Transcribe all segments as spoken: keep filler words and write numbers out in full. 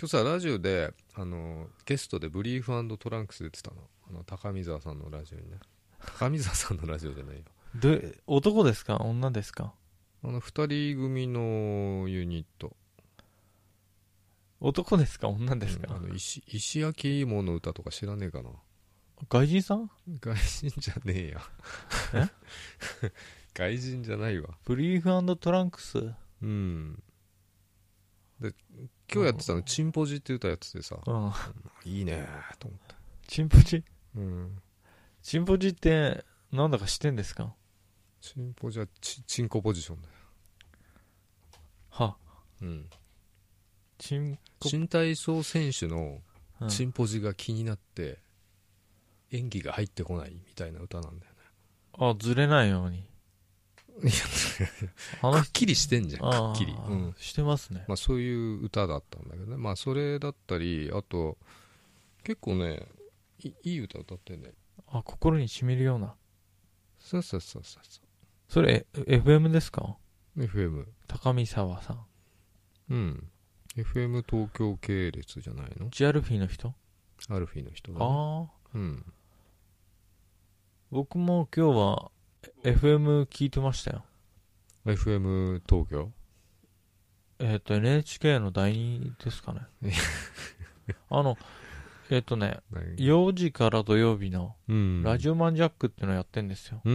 今日さラジオであのゲストでブリーフ&トランクス出てたの、あの高見沢さんのラジオにね。高見沢さんのラジオじゃないよ、 で男ですか女ですか？ あのふたり組のユニット。 男ですか女ですか？ うん、あの 石, 石焼き芋の歌とか知らねえかな。 外人さん？ 外人じゃねえやえ外人じゃないわ。 ブリーフ&トランクス。 うんで今日やってたのチンポジって歌やっててさ、 うん、 いいねと思って。 チンポジ、 うん、 チンポジってなんだか知ってんですか？ チンポジはチチンコポジションだよ。 は、 うん、 チンコ、 新体操選手のうん、 チンポジが気になって演技が入ってこないみたいな歌なんだよね。 あ、ずれないように。 いやあのくっきりしてんじゃん、くっきり、うん、 してますね。 まあ、そういう歌だったんだけどね。まあそれだったり、あと結構ね い, いい歌歌ってね。 あ、心に染みるような。 そうそうそうそうそそれ エフエム ですか？ う エフエム。 高見沢さん。 うん、 エフエム 東京系列じゃないの？ ジアルフィーの人？ アルフィーの人だね。 ああ、 うん、 僕も今日は エフエム 聞いてましたよ。 エフエム 東京。 えっ、ー、と エヌエイチケー のだいにですかねあのえっ、ー、とねよじから土曜日のラジオマンジャックってのやってんですよ、 うん、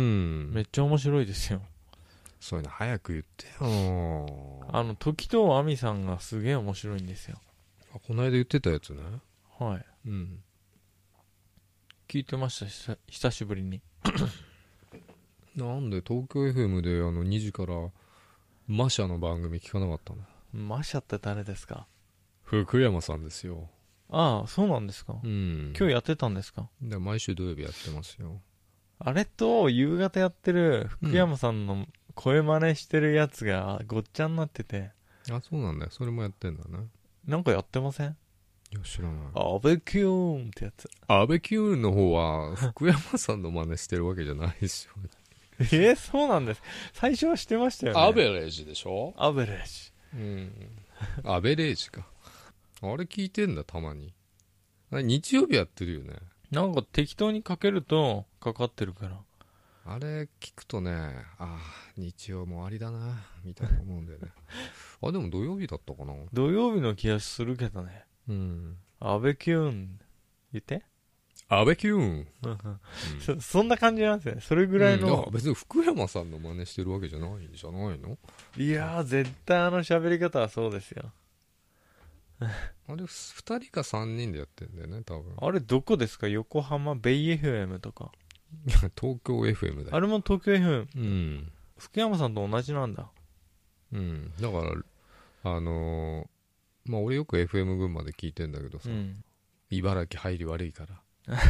めっちゃ面白いですよ。 そういうの早く言ってよ。 あの時藤亜美さんがすげえ面白いんですよ。 あ、この間言ってたやつね。 はい、 うん、 聞いてましたし久しぶりになんで東京 エフエム であのにじからマシャの番組聞かなかったの？ マシャって誰ですか？ 福山さんですよ。 ああ、そうなんですか。 うん、 今日やってたんですか？ で毎週土曜日やってますよ。 あれと夕方やってる福山さんの声真似してるやつがごっちゃになってて、 うん、あ、そうなんだよ。それもやってんだね。 なんかやってません？ いや知らない。 アベキューンってやつ。 アベキューンの方は福山さんの真似してるわけじゃないでしょえー、そうなんです。最初はしてましたよね。 アベレージでしょ。 アベレージ。 うん、アベレージか。あれ聞いてんだたまに。あれ日曜日やってるよね。 なんか適当にかけるとかかってるから。 あれ聞くとね、ああ日曜もありだなみたいな思うんだよねあ、でも土曜日だったかな。 土曜日の気がするけどね。 うん。 アベキューン言ってアベキューン、 うん、 うん、 そ, そんな感じなんですね。それぐらいの、 うん、別に福山さんの真似してるわけじゃないんじゃないの？ いやー絶対あの喋り方はそうですよあれふたりかさんにんでやってんだよね多分。 あれどこですか？横浜ベイ エフエム とか。 いや東京 エフエム だよ。 あれも東京 エフエム。 うん、 福山さんと同じなんだ。 うん、だからあのー、まあ俺よく エフエム 群馬で聞いてんだけどさ、うん、茨城入り悪いから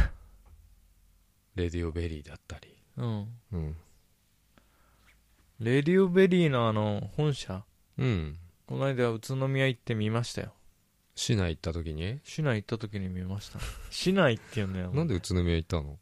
レディオベリーだったり、 うん、 うん、 レディオベリーのあの本社、 うん、 この間宇都宮行って見ましたよ。 市内行った時に市内行った時に見ました市内っていうんだよ。 なんで宇都宮行ったの？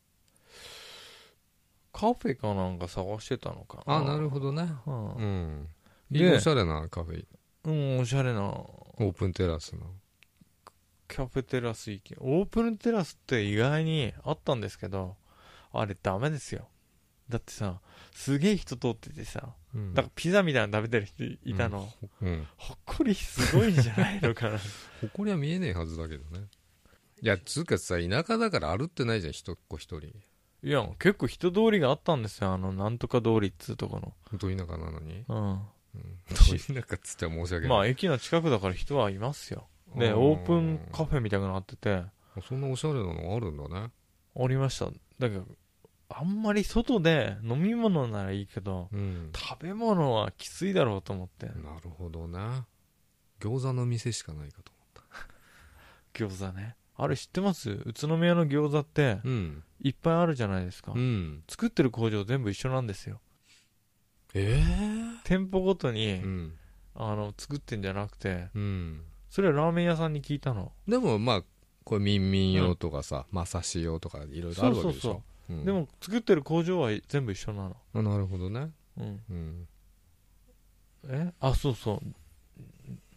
カフェかなんか探してたのかな。 あ、なるほどね、はあ、うん、いいおしゃれなカフェ。 うん、おしゃれなオープンテラスのカフェテラス行き。オープンテラスって意外にあったんですけど、あれダメですよ。だってさ、すげえ人通っててさ、うん、だからピザみたいなの食べてる人いたの、うんうん、ほっこりすごいんじゃないのかなほっこりは見えねえはずだけどね。いやつうかさ、田舎だから歩ってないじゃん一っ子一人。 いや結構人通りがあったんですよ。あのなんとか通りっつうとこの。 本当田舎なのに、 うん、うん、 田舎っつっちゃ申し訳ない。 まあ駅の近くだから人はいますよ。でオープンカフェみたいなのあってて、 そんなおしゃれなのあるんだね。 ありました。だけどあんまり外で飲み物ならいいけど、うん、食べ物はきついだろうと思って。 なるほどね。餃子の店しかないかと思った餃子ね。あれ知ってます？宇都宮の餃子って、うん、いっぱいあるじゃないですか、うん、作ってる工場全部一緒なんですよ。 えー、 店舗ごとに、うん、あの作ってんじゃなくて、うん、それはラーメン屋さんに聞いたの。 でもまあこれミンミン用とかさ、まさし用とかいろいろあるわけでしょ。そうそうそう、うん、 でも作ってる工場は全部一緒なの。 あ、なるほどね、 うんうん、えあそうそう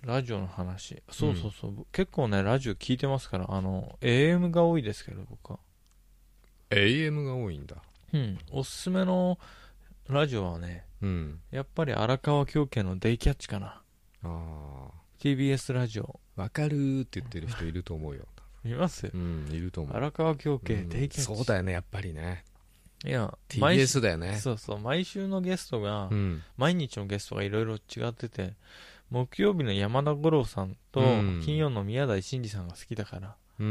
ラジオの話。そうそうそう。うん、結構ね、ラジオ聞いてますから、あの、エーエム が多いですけど、僕は。 エーエム が多いんだ。 うん。おすすめのラジオはね、うん、やっぱり荒川京家のデイキャッチかな。ああ。ティービーエス ラジオ。 わかるーって言ってる人いると思うよ。 いますうん、いると思う。 荒川京家、デイキャッチ。 そうだよね、やっぱりね。 いや、 ティービーエス だよね。 そうそう、毎週のゲストが、うん、毎日のゲストがいろいろ違ってて、木曜日の山田五郎さんと、金曜の宮台真司さんが好きだから、うん、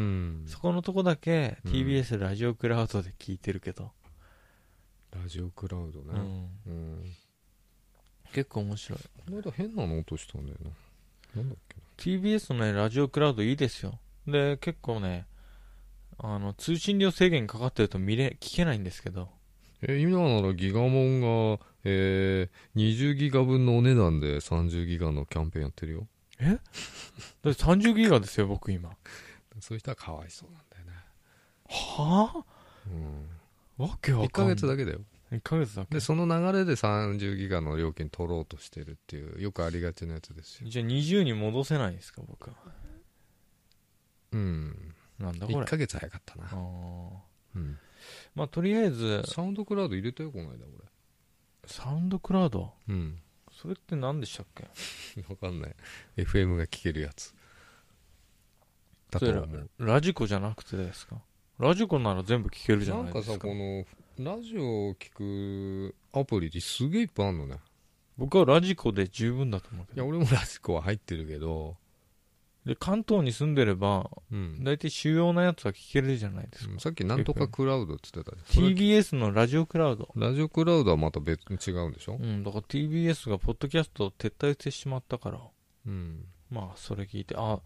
そこのとこだけ ティービーエス ラジオクラウドで聞いてるけど。 ラジオクラウドね。うん。うん、 結構面白い。この間変なの落としたんだよな。なんだっけな。 ティービーエス のね、ラジオクラウドいいですよ。で、結構ね、あの、通信料制限かかってると見れ、聞けないんですけど。 え、今ならギガモンが、えー、にじゅうギガ分のお値段でさんじゅうギガのキャンペーンやってるよ。 えだってさんじゅうギガですよ、僕今。 そういう人はかわいそうなんだよね。 はぁ、あ、うん。わけわかんない。いっかげつだけだよ。 いっかげつだけ。 で、その流れでさんじゅうギガの料金取ろうとしてるっていう、よくありがちなやつですよ。 じゃあにじゅうに戻せないんですか、僕は。 うん。 なんだこれ。 いっかげつ早かったな。あうん。まあ、とりあえず。 サウンドクラウド入れたよ、この間、俺。 サウンドクラウドうん。それって何でしたっけわかんない。エフエム が聞けるやつ。 だと思う。ラジコじゃなくてですか？ラジコなら全部聞けるじゃないですか。 なんかさ、この、ラジオを聞くアプリってすげえいっぱいあるのね。 僕はラジコで十分だと思うけど。 いや、俺もラジコは入ってるけど。 で、関東に住んでれば、うん、だいたい主要なやつは聞けるじゃないですか。 うん、さっきなんとかクラウドって言ってたね。 ティービーエス のラジオクラウド。 ラジオクラウドはまた別に違うんでしょ？ うん、だから ティービーエス がポッドキャストを撤退してしまったから。うん。まあ、それ聞いて、あ、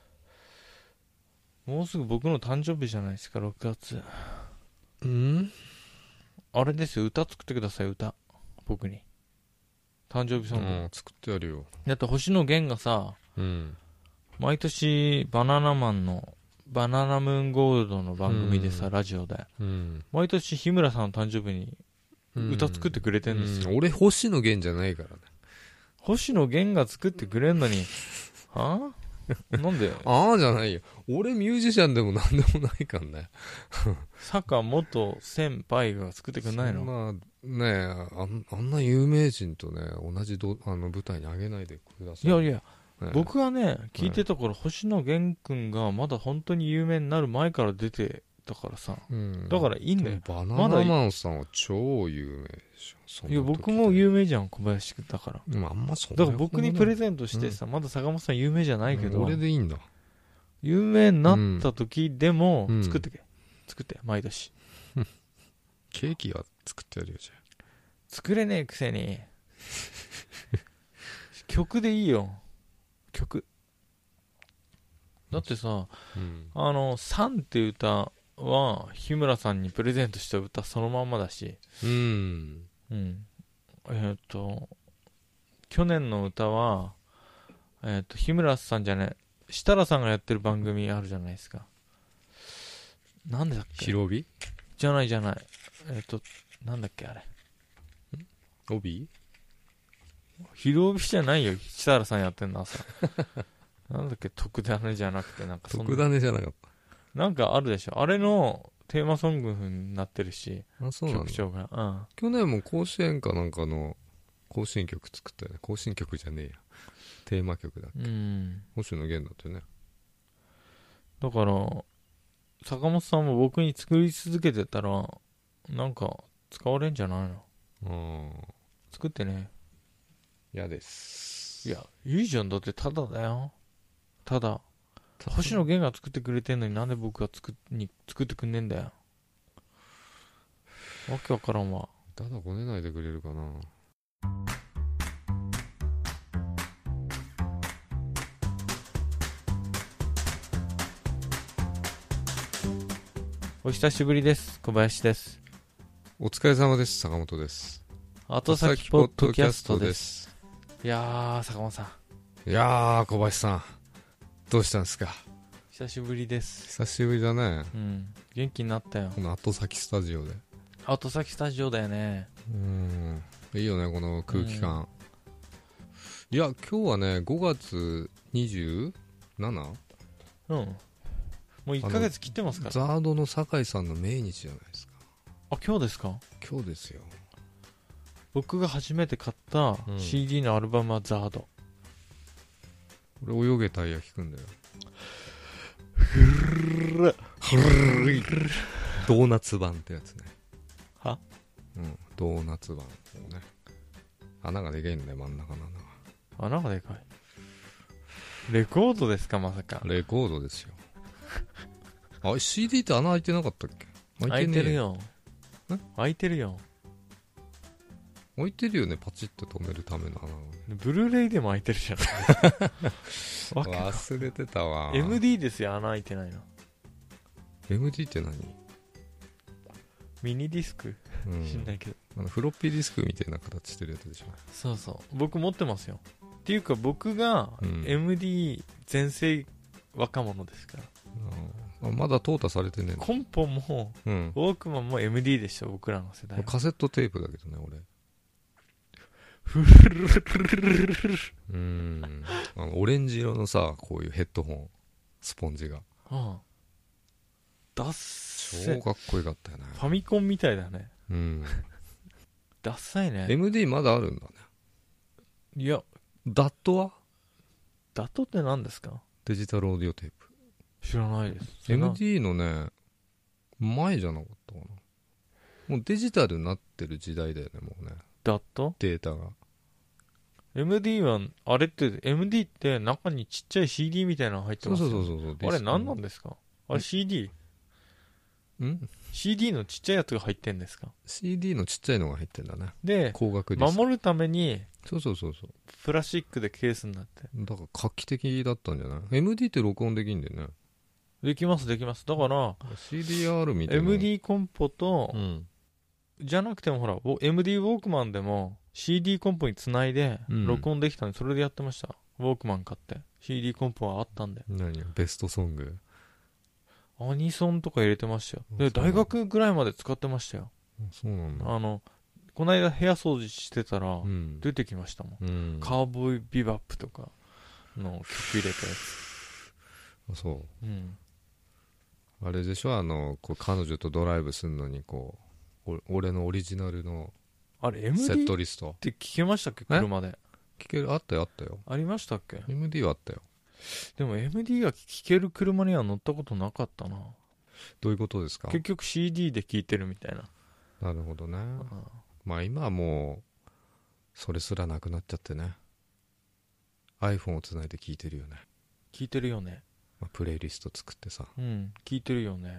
もうすぐ僕の誕生日じゃないですか、ろくがつ。うん？あれですよ、歌作ってください、歌。僕に。誕生日ソング。うん、 作ってやるよ。 だって星野源がさ、うん。毎年バナナマンのバナナムーンゴールドの番組でさ、うん、ラジオで、うん、毎年日村さんの誕生日に歌作ってくれてんですよ、 うんうん、俺星野源じゃないからね。 星野源が作ってくれんのにはぁなんでああじゃないよ、俺ミュージシャンでもなんでもないからね。 坂本先輩が作ってくんないの？そんなねえ、あん、あんな有名人とね同じどあの舞台に上げないでください。 いやいや、ね、僕はね聞いてた頃、ね、星野源君がまだ本当に有名になる前から出てたからさ、うん、だからいいんだよ。 バナナマンさんは超有名でしょ。 いや僕も有名じゃん、小林君だから。 まあ、あんまそうだから僕にプレゼントしてさ、うん、まだ坂本さん有名じゃないけど、 うん、俺でいいんだ。 有名になった時でも作ってけ、うん、作って毎年。 ケーキは作ってやるよ。じゃあ作れねえくせに曲でいいよ、曲だってさ、うん、あの「サン」っていう歌は日村さんにプレゼントした歌そのまんまだし、うん、うん、えー、っと去年の歌はえー、っと日村さんじゃねえ、設楽さんがやってる番組あるじゃないですか。なんだっけ、 ひろびじゃないじゃない、えー、っとなんだっけあれ、 帯ひろびじゃないよ、設楽さんやってんの朝。なんだっけ、特ダネじゃなくて、なんかそんな特ダネじゃなかった。 なんかあるでしょ、あれのテーマソングになってるし、 あ、そうなんだ。 曲調が、うん、 去年も甲子園かなんかの甲子園曲作ったよね。甲子園曲じゃねえや、テーマ曲だっけ、うん、星野源だってね。 だから坂本さんも僕に作り続けてたらなんか使われんじゃないの？うん、作ってね。 嫌です。 いや、いいじゃん、だってただだよ。ただ星野源が作ってくれてんのになんで僕が作に作ってくんねえんだよ。わけわからんわ。 ただごねないでくれるかな。 お久しぶりです。小林です。 お疲れ様です。坂本です。 後先ポッドキャストです。いやー、坂本さん。いやー、小林さん。どうしたんですか？ 久しぶりです。 久しぶりだね。 うん。元気になったよ。 この後先スタジオで。 後先スタジオだよね。 うん。いいよね、この空気感。 いや今日はねごがつにじゅうなな？ うん、もういっかげつ切ってますから。 ザードの酒井さんの命日じゃないですか。 あ、今日ですか？ 今日ですよ。 僕が初めて買った シーディー のアルバムはザード。 俺泳げタイヤ聞くんだよ。 ふるふるドーナツ版ってやつね。 は？ うん、ドーナツ版ね。穴がでけえんだよ、真ん中の穴が。穴がでかい。レコードですか、まさか。 レコードですよ。あ、シーディー って穴開いてなかったっけ？ 開いてるよ。開いてるよ。 開いてるよね、パチッと止めるための穴を。 ブルーレイでも開いてるじゃない忘れてたわ。 エムディー ですよ、穴開いてないの。 エムディー って何？ ミニディスク、うん、知んないけど、 あのフロッピーディスクみたいな形してるやつでしょ。 そうそう、僕持ってますよ。っていうか僕が エムディー 全盛若者ですから、 うん、あまだ淘汰されてねえ。 コンポも、うん、ウォークマンも エムディー でした、僕らの世代は。 カセットテープだけどね、俺。 ふるるるるる。 うん、あのオレンジ色のさ、こういうヘッドホンスポンジが、ああ、 ダッセ超かっこよかったよね。 ファミコンみたいだね。 うん。 ダッサいね。 エムディー まだあるんだね。 いや、 ダットは？ ダットって何ですか？ デジタルオーディオテープ。 知らないです。 エムディー のね、前じゃなかったかな。もうデジタルになってる時代だよね、もうね。 ダット？ データが。 エムディー は、あれって、エムディー って中にちっちゃい シーディー みたいなの入ってますよ。 そうそうそうそう。 あれ何なんですか？あれ シーディー？ ん シーディー のちっちゃいやつが入ってんですか？ シーディー のちっちゃいのが入ってんだね。 で、 光学ディスク。 守るために、 そうそうそうそう。 プラスチックでケースになって。 だから画期的だったんじゃない？ エムディー って録音できんだよね。 できますできます。だから、 シーディーアール みたいな。 エムディー コンポと、 うん、 じゃなくてもほら、エムディー ウォークマンでも シーディー コンポにつないで録音できたんで、それでやってました。ウォークマン買って。シーディー コンポはあったんで。 何よ、ベストソング。 アニソンとか入れてましたよ。で、大学ぐらいまで使ってましたよ。 そうなんだ。 あの、この間部屋掃除してたら、出てきましたもん。うん、カーボーイビバップとかの曲入れたやつ。そう。 うん。 あれでしょ、あの、こう彼女とドライブするのに、こう、俺のオリジナルのあれ、エムディーセットリスト。 って聞けましたっけ、車で。 聞ける、あったよ、あったよ。 ありましたっけ？ エムディー はあったよ。 でも エムディー が聞ける車には乗ったことなかったな。 どういうことですか？ 結局 シーディー で聞いてるみたいな。 なるほどね。まあ今はもうそれすらなくなっちゃってね。 iPhone をつないで聞いてるよね。 聞いてるよね。 まあ、プレイリスト作ってさ。 うん、聞いてるよね。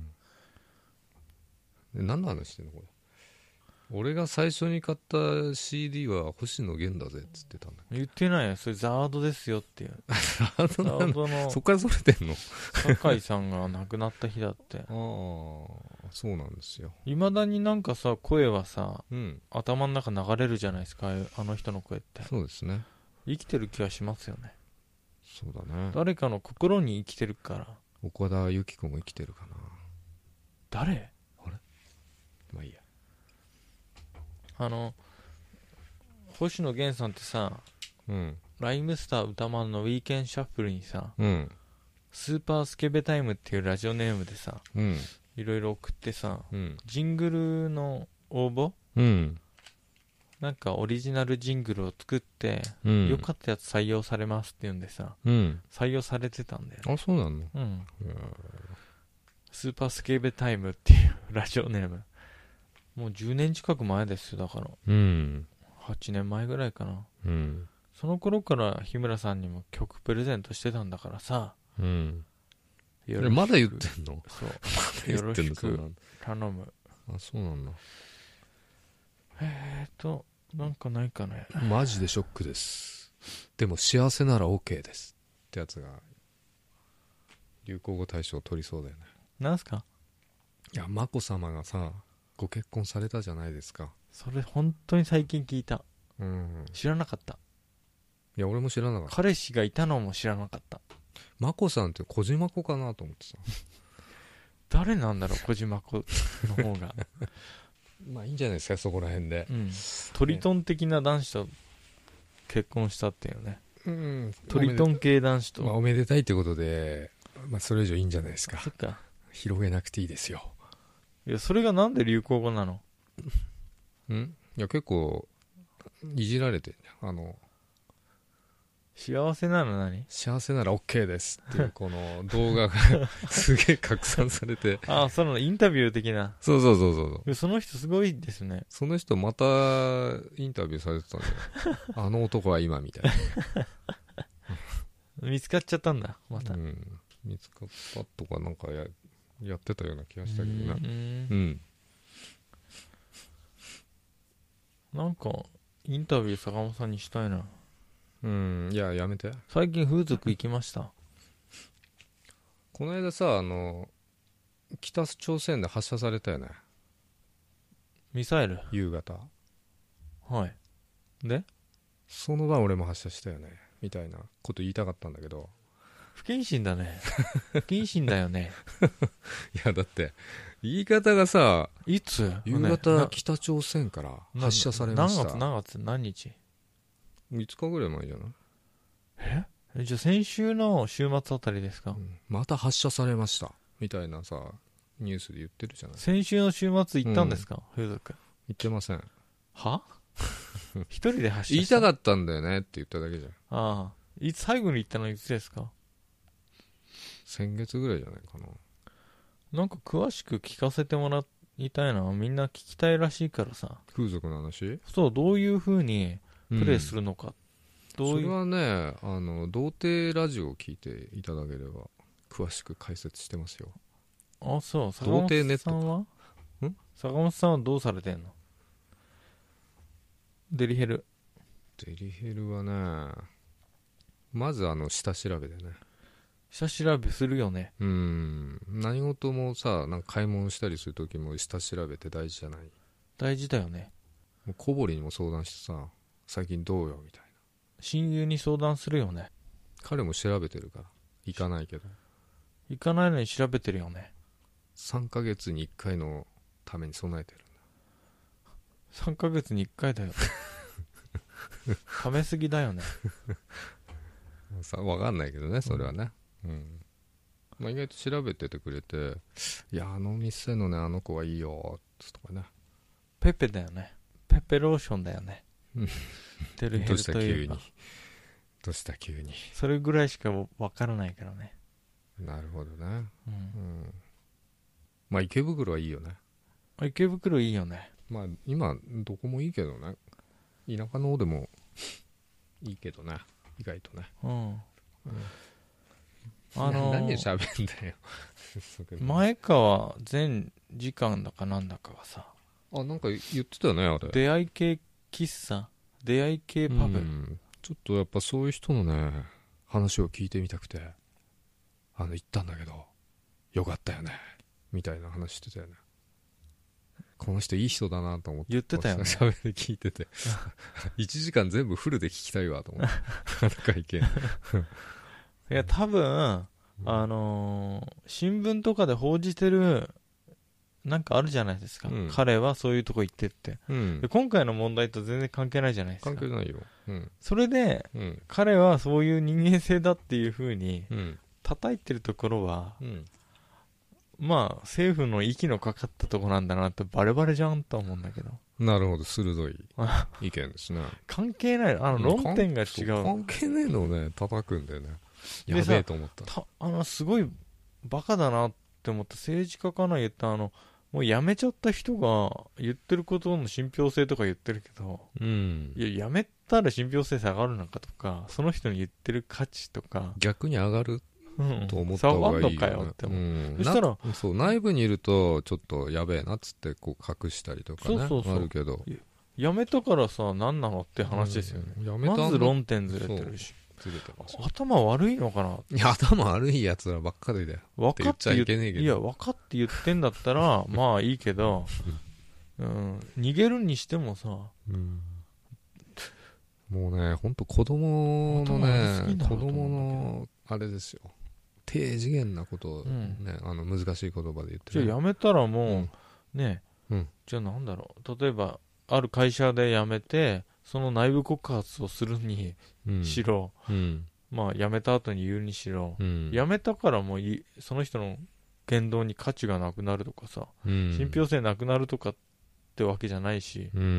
うん。で何の話してんのこれ。俺が最初に買った シーディー は星野源だぜっつってたんだ。 言ってないよ、それザードですよっていう。 ザードなの？のそっからそれてんの？ 酒井さんが亡くなった日だって。ああ、 そうなんですよ。 いまだになんかさ、声はさ、 うん、 頭の中流れるじゃないですか、あの人の声って。 そうですね。 生きてる気はしますよね。 そうだね。 誰かの心に生きてるから。 岡田由紀子も生きてるかな。 誰？ あれ？まあいいや。 あの星野源さんってさ、うん、ライムスター歌丸のウィーケンシャッフルにさ、うん、スーパースケベタイムっていうラジオネームでさ、うん、いろいろ送ってさ、うん、ジングルの応募、うん、なんかオリジナルジングルを作って、うん、よかったやつ採用されますって言うんでさ、うん、採用されてたんだよ、ね、 あ、そうなの？うん、 スーパースケベタイムっていうラジオネーム、もうじゅうねん近く前ですよ。だから、うん、はちねんまえぐらいかな、うん、その頃から日村さんにも曲プレゼントしてたんだからさ、うん、 まだ言ってんの？ そうよろしく頼む。 あ、そうなんだ。 えーとなんかないかね。 マジでショックです。でも幸せなら OK ですってやつが流行語大賞を取りそうだよね。 なんすか？ いや、眞子さまがさご結婚されたじゃないですか。 それ本当に最近聞いた、うん、知らなかった。 いや俺も知らなかった。 彼氏がいたのも知らなかった。 眞子さんって小島子かなと思ってさ誰なんだろう小島子の方がまあいいんじゃないですかそこら辺で、うん、 トリトン的な男子と結婚したっていうね、 うん、 トリトン系男子と、 まあ、おめでたいってことで、まあ、それ以上いいんじゃないですか。 そっか。 広げなくていいですよ。 いや、それがなんで流行語なの？ んいや、結構いじられて、あの幸せなの何？ 幸せなら OK ですっていうこの動画がすげえ拡散されてああ、そのインタビュー的な。 そうそうそうそう。 その人すごいですね。 その人またインタビューされてたんだよ。あの男は今みたいな。見つかっちゃったんだ、また。 うん、見つかったとかなんか や, やってたような気がしたけどね。 うん、 うん。 なんかインタビュー坂本さんにしたいな。 うん、いややめて。 最近風俗行きました？ この間さ、あの北朝鮮で発射されたよね、 ミサイル。 夕方。 はい。でその晩俺も発射したよねみたいなこと言いたかったんだけど。 不謹慎だね。不謹慎だよね。 いやだって言い方がさ、 いつ夕方北朝鮮から発射されました。 何月何月何日？ いつかぐらい前じゃない？ えじゃあ先週の週末あたりですか？ うん、また発射されましたみたいなさニュースで言ってるじゃない。 先週の週末行ったんですか、うん、風俗。 行ってません。 は一人で発射した？ 言いたかったんだよねって言っただけじゃん。 ああ、いつ最後に行ったのいつですか？ 先月ぐらいじゃないかな。 なんか詳しく聞かせてもらいたいな。みんな聞きたいらしいからさ。 風俗の話？ そう、どういう風にプレイするのか、 うん、どういう。それはね、あの童貞ラジオを聞いていただければ詳しく解説してますよ。 あ、そう。 童貞ネット坂本さんはん坂本さんはどうされてんの？デリヘル。 デリヘルはね、まずあの下調べでね。 下調べするよね。 うん。何事もさ、なんか買い物したりするときも下調べって大事じゃない？ 大事だよね。 もう小堀にも相談してさ、最近どうよみたいな。 親友に相談するよね。 彼も調べてるから行かないけど。 行かないのに調べてるよね。 さんかげつにいっかいのために備えてるんだ。 さんかげつにいっかいだよ。ためすぎだよね。 さ、わかんないけどね、それはね。うん、うん、まあ、意外と調べててくれて、いやあの店のねあの子はいいよとかね。 ペペだよね。ペペローションだよね。デリヘルというか。 どうした急に。 それぐらいしかわからないからね。 なるほどね。うん。うん、 まあ池袋はいいよね。 池袋いいよね。 まあ今どこもいいけどね。田舎の方でもいいけどね。意外とね。うん。うん、あのー、何で喋んだよ。 前川前時間だかなんだかがさ。 あ、なんか言ってたよねあれ。 出会い系喫茶、出会い系パブ。うん、 ちょっとやっぱそういう人のね話を聞いてみたくて、あの行ったんだけどよかったよねみたいな話してたよね。この人いい人だなと思って言ってたよね。 喋り聞いてていちじかん全部フルで聞きたいわと思ってあの会見いや多分、うん、あのー、新聞とかで報じてるなんかあるじゃないですか、うん、彼はそういうとこ行ってって、うん、で今回の問題と全然関係ないじゃないですか。 関係ないよ、うん、 それで、うん、彼はそういう人間性だっていう風に、うん、叩いてるところは、うん、まあ政府の息のかかったとこなんだなってバレバレじゃんと思うんだけど。 なるほど、鋭い意見ですね関係ない、あの論点が違う、 関係ないのをね叩くんだよね。やべえと思った。 たあのすごいバカだなって思った。政治家かな言ったあのもう辞めちゃった人が言ってることの信憑性とか言ってるけど、うん、いや辞めたら信憑性下がるのかとか、その人に言ってる価値とか逆に上がると思った方がいいよね、うん、下がるのかよって思う、うん、そしたらそう内部にいるとちょっとやべえなっつってこう隠したりとかね、そうそうそうあるけど、 辞めたからさ何なのって話ですよね、うん、辞めたまず論点ずれてるし、ずれてます。頭悪いのかな。 いや頭悪いやつらばっかりだよ。 分かって言っちゃいけねえけど。いや分かって言ってんだったらまあいいけど、うん、逃げるにしてもさ、うん、 もうね本当子供のね子供のあれですよ、低次元なことをね、うん、あの難しい言葉で言ってる、 ね、じゃあ辞めたらもう、うん、ね、うん、じゃあなんだろう、例えばある会社で辞めてその内部告発をするにしろ、 うん、 まあ辞めた後に言うにしろ、 うん、 辞めたからもういその人の言動に価値がなくなるとかさ、 うん、 信憑性なくなるとかってわけじゃないし、 うん、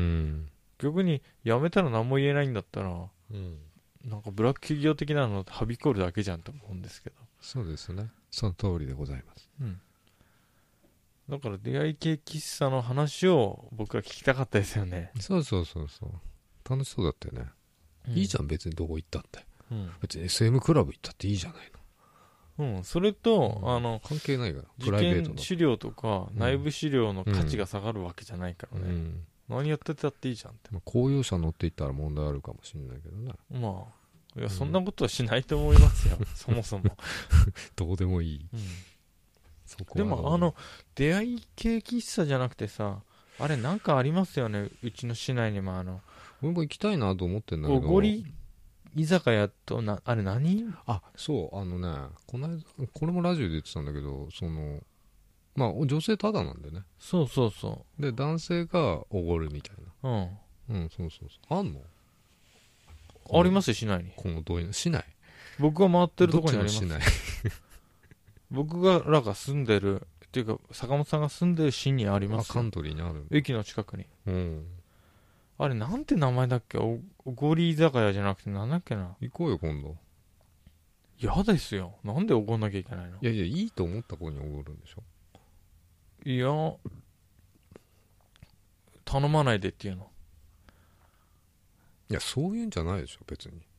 逆に辞めたら何も言えないんだったら、 うん、 なんかブラック企業的なのはびこるだけじゃんと思うんですけど。 そうですね、その通りでございます。 うん。だから出会い系喫茶の話を僕は聞きたかったですよね。 そうそうそうそう、楽しそうだったよね、うん、いいじゃん別にどこ行ったって、うん、別に エスエム クラブ行ったっていいじゃないの。うん、それと、 うん、 あの関係ないからプライベート受験資料とか、うん、内部資料の価値が下がるわけじゃないからね、うん、何やってたっていいじゃんって、 まあ、公用車乗っていったら問題あるかもしれないけどね。 まあいや、そんなことはしないと思いますよ、そもそもどうでもいい、うん、 そこでもあの出会い系喫茶じゃなくてさ、あれなんかありますよね、うちの市内にも。あの俺も行きたいなと思ってんだけど、 おごり居酒屋とな、あれ何、 あ、そう、あのね、この間これもラジオで言ってたんだけど、そのまあ女性ただなんでね、 そうそうそう、 で男性がおごるみたいな、うんうん、そうそうそう、あんのありますよ、市内に。 このどういうの市内、 僕が回ってるところにあります。 市内僕がらが住んでるっていうか坂本さんが住んでる市にありますよ。 あ、カントリーにある、 駅の近くに、 うん、 あれなんて名前だっけ、おおごり居酒屋じゃなくてなんだっけな。 行こうよ今度。 嫌ですよ、なんでおごんなきゃいけないの。 いやいや、いいと思った子におごるんでしょ。 いや頼まないでっていうの。 いや、そういうんじゃないでしょ別に。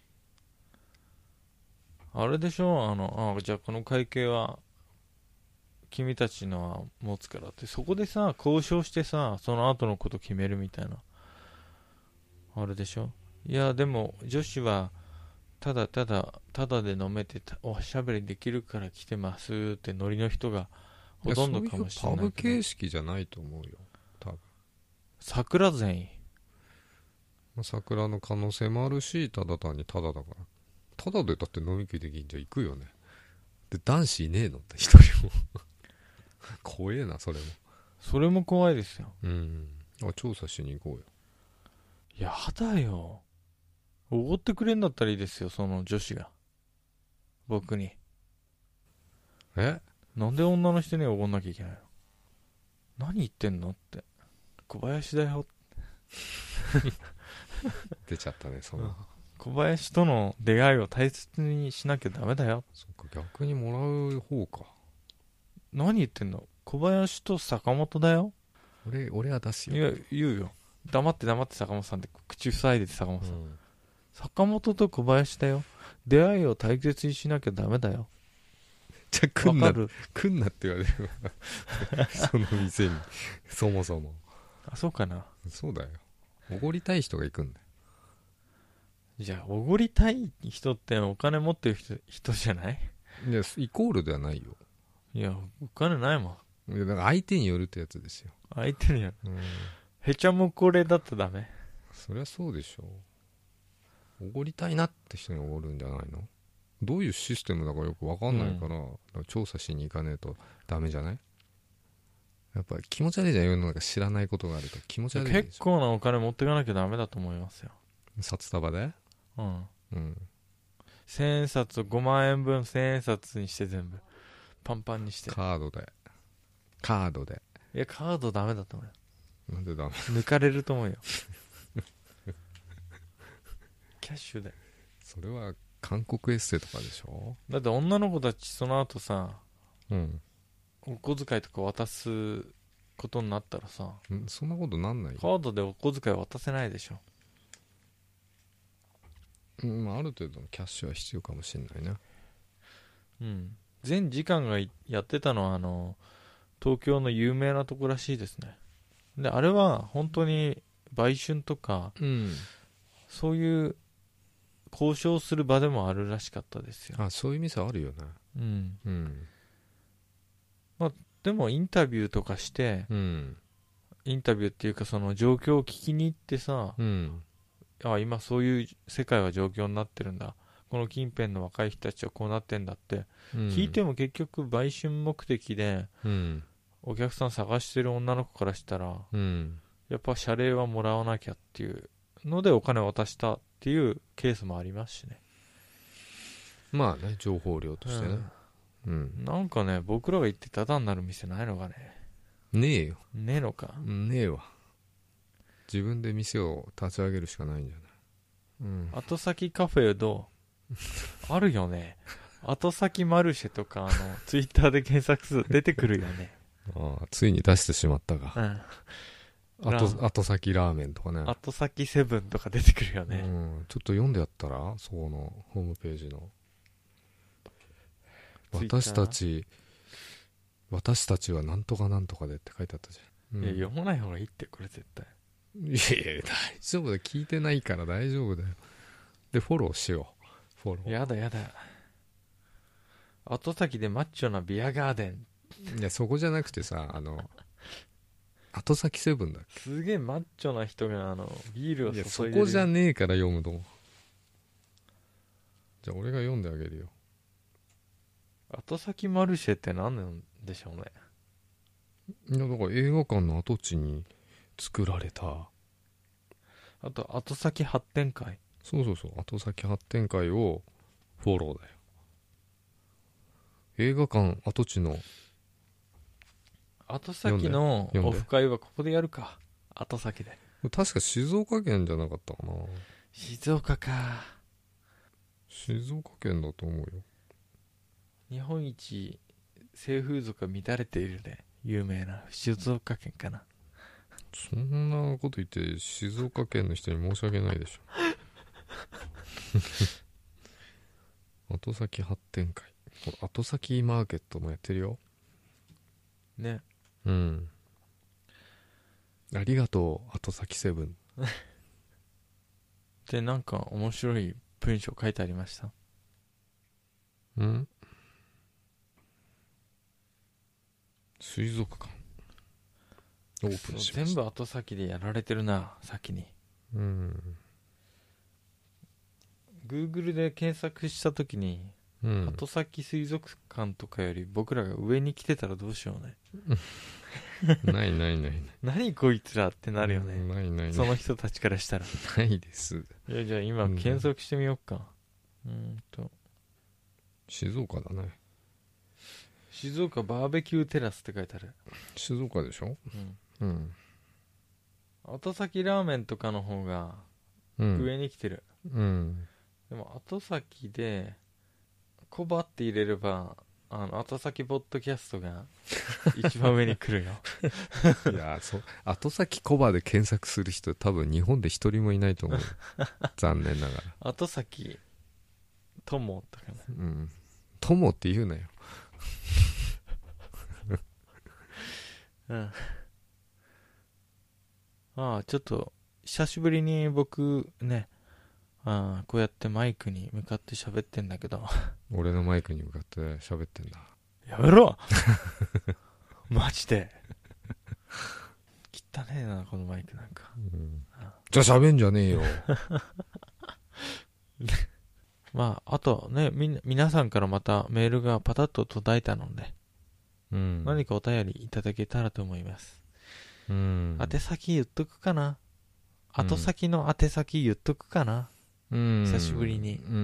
あれでしょ、あの、あ、じゃあこの会計は君たちのは持つからって、そこでさ交渉してさ、その後のこと決めるみたいな、あれでしょ。いやでも女子はただただただで飲めておしゃべりできるから来てますってノリの人がほとんどかもしれないけど、 パブ形式じゃないと思うよ多分。 桜善意、 まあ、桜の可能性もあるし、ただ単にただだから、ただでだって飲み食いできんじゃ行くよね。で男子いねえのって一人も怖えなそれも。 それも怖いですよ。 うん、あ、調査しに行こうよ。 やだよ、おごってくれんだったらいいですよ、その女子が僕に。 え、 なんで女の人におごんなきゃいけないの。何言ってんのって、小林だよ出ちゃったねその、うん、 小林との出会いを大切にしなきゃダメだよ。 そっか、逆にもらう方か。 何言ってんの、小林と坂本だよ。 俺俺は出すよ。 いや言うよ、黙って黙って坂本さんって口塞いでて、坂本さん、うん、坂本と小林だよ、出会いを大切にしなきゃダメだよ。 じゃあ来んな来んなって言われるその店にそもそも。 あ、そうかな。 そうだよ、おごりたい人が行くんだよ。 じゃあおごりたい人ってお金持ってる 人, 人じゃない。 いやイコールではないよ。 いやお金ないもん。 いやだから相手によるってやつですよ。 相手による、うん、へちゃもこれだとダメ。 そりゃそうでしょ。おごりたいなって人におごるんじゃないの。どういうシステムだかよく分かんないから、うん、から調査しに行かねえとダメじゃない。やっぱり気持ち悪いじゃん、世の中知らないことがあると気持ち悪いでしょ。 結構なお金持ってかなきゃダメだと思いますよ。 札束で、 うんうん、千円札をごまん円分千円札にして全部パンパンにして、 カードでカードでいやカードダメだと思うよ。 なんでダメ。 抜かれると思うよキャッシュで。 それは韓国エッセイとかでしょ。 だって女の子たちその後さ、 うん、 お小遣いとか渡すことになったらさ、 んそんなことなんないよ。 カードでお小遣い渡せないでしょ。 うん、まあ、ある程度のキャッシュは必要かもしれないね。 うん。全時間がやってたのはあの東京の有名なとこらしいですね。であれは本当に売春とか、うん、そういう交渉する場でもあるらしかったですよ。 あ、そういう店あるよね。 うんうん。まあでもインタビューとかして、うん、インタビューっていうかその状況を聞きに行ってさ、うん、あ、今そういう世界は状況になってるんだ、この近辺の若い人たちはこうなってんだって、うん、聞いても結局売春目的で、うん、お客さん探してる女の子からしたら、うん、やっぱ謝礼はもらわなきゃっていうのでお金を渡したっていうケースもありますしね。 まあね、情報量としてね。うん。 うん、なんかね、僕らが行ってタダになる店ないのかね。 ねえよ。 ねえのか。 ねえわ。自分で店を立ち上げるしかないんじゃない。うん。 後先カフェどうあるよね。後先マルシェとか、あの、ツイッターで検索すると出てくるよね。 ああ、ついに出してしまったが。 うん。 後、後先ラーメンとかね。 後先セブンとか出てくるよね。 うん。ちょっと読んでやったらそこのホームページの。私たち、私たちはなんとかなんとかでって書いてあったじゃん。うん、 いや、読まない方がいいって、これ絶対。 いやいや、大丈夫だよ。聞いてないから大丈夫だよ。で、フォローしよう。フォロー。 やだやだ。後先でマッチョなビアガーデン。 いや、そこじゃなくてさ、あの、後先セブンだっけ。 すげえマッチョな人が、あの、ビールを注いでる。いや、 そこじゃねえから読むの。じゃあ俺が読んであげるよ。 後先マルシェって何なんでしょうね。 いや、だから映画館の跡地に作られた。 あと、後先発展会。 そうそうそう。後先発展会をフォローだよ。映画館跡地の後先のオフ会はここでやるか。後先で。 確か静岡県じゃなかったかな。 静岡か。 静岡県だと思うよ。 日本一性風俗が乱れているで有名な静岡県かな。 そんなこと言って静岡県の人に申し訳ないでしょ。後先発展会、後先マーケットもやってるよね。 うん。ありがとう後先セブンで、なんか面白い文章書いてありました。 うん。水族館オープンしました。 全部後先でやられてるな、先に。 うん。 Google で検索したときに、うん、後先水族館とかより僕らが上に来てたらどうしようね。 ないないない。 何こいつらってなるよね。 うん、ないないない。 その人たちからしたら。 ないです。 いや、じゃあ今検索してみようか。うん、うんと。 静岡だね。 静岡バーベキューテラスって書いてある。 静岡でしょ。うん。うん。 後先ラーメンとかの方が上に来てる。 うん。うん、でも後先でコバって入れればあの後先ポッドキャストが一番上に来るよ。 いや、そう、後先コバで検索する人多分日本で一人もいないと思う。残念ながら。 後先友とかね。 うん。友って言うなよ。 うん。ああ、ちょっと久しぶりに僕ね、ああこうやってマイクに向かって喋ってんだけど。 俺のマイクに向かって喋ってんだ。 やめろマジで。汚ねえなこのマイクなんか。うん、 じゃあ喋んじゃねえよ。 まああとね、み皆さんからまたメールがパタッと途絶えたので、うん、何かお便りいただけたらと思います。うん、宛先言っとくかな。後先の宛先言っとくかな。うん、久しぶりに。うん、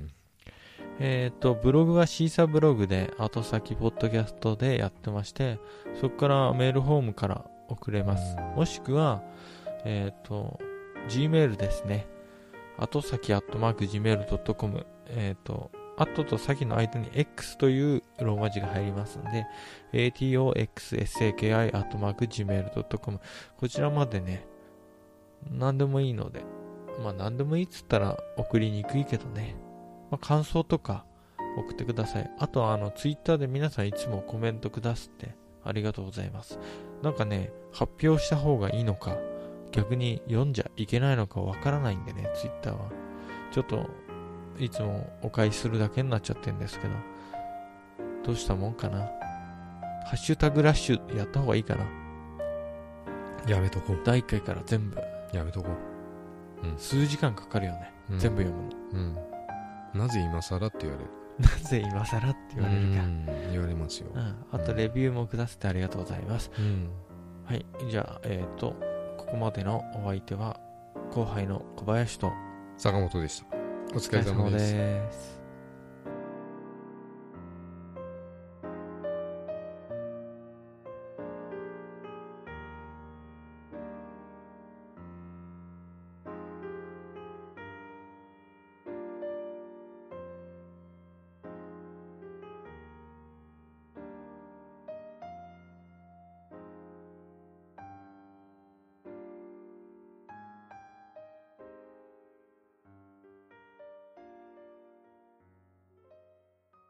えっとブログはシーサーブログで後先ポッドキャストでやってまして、そこからメールフォームから送れます。もしくはえっと Gmail ですね。後先アットマーク ジーメールドットコム、えっとアットと先の間に X というローマ字が入りますので エーティーオーエックスエスエーケーアイ アットマーク ジーメールドットコム、 こちらまでね、何でもいいので、まあ何でもいいっつったら送りにくいけどね、まあ、感想とか送ってください。あとはあのツイッターで皆さんいつもコメントくださってありがとうございます。なんかね、発表した方がいいのか逆に読んじゃいけないのかわからないんでね、ツイッターはちょっといつもお返しするだけになっちゃってるんですけど、どうしたもんかな。ハッシュタグラッシュやった方がいいかな。 やめとこう。 だいいっかいから全部やめとこう、うん、数時間かかるよね、うん、全部読むの、 うん、なぜ今更って言われる。 なぜ今更って言われるか、うん、 言われますよ、 うん、あとレビューもくださってありがとうございます、うん、はい。じゃあえっ、ー、とここまでのお相手は後輩の小林と坂本でした。お疲れ様です。 お疲れ様です。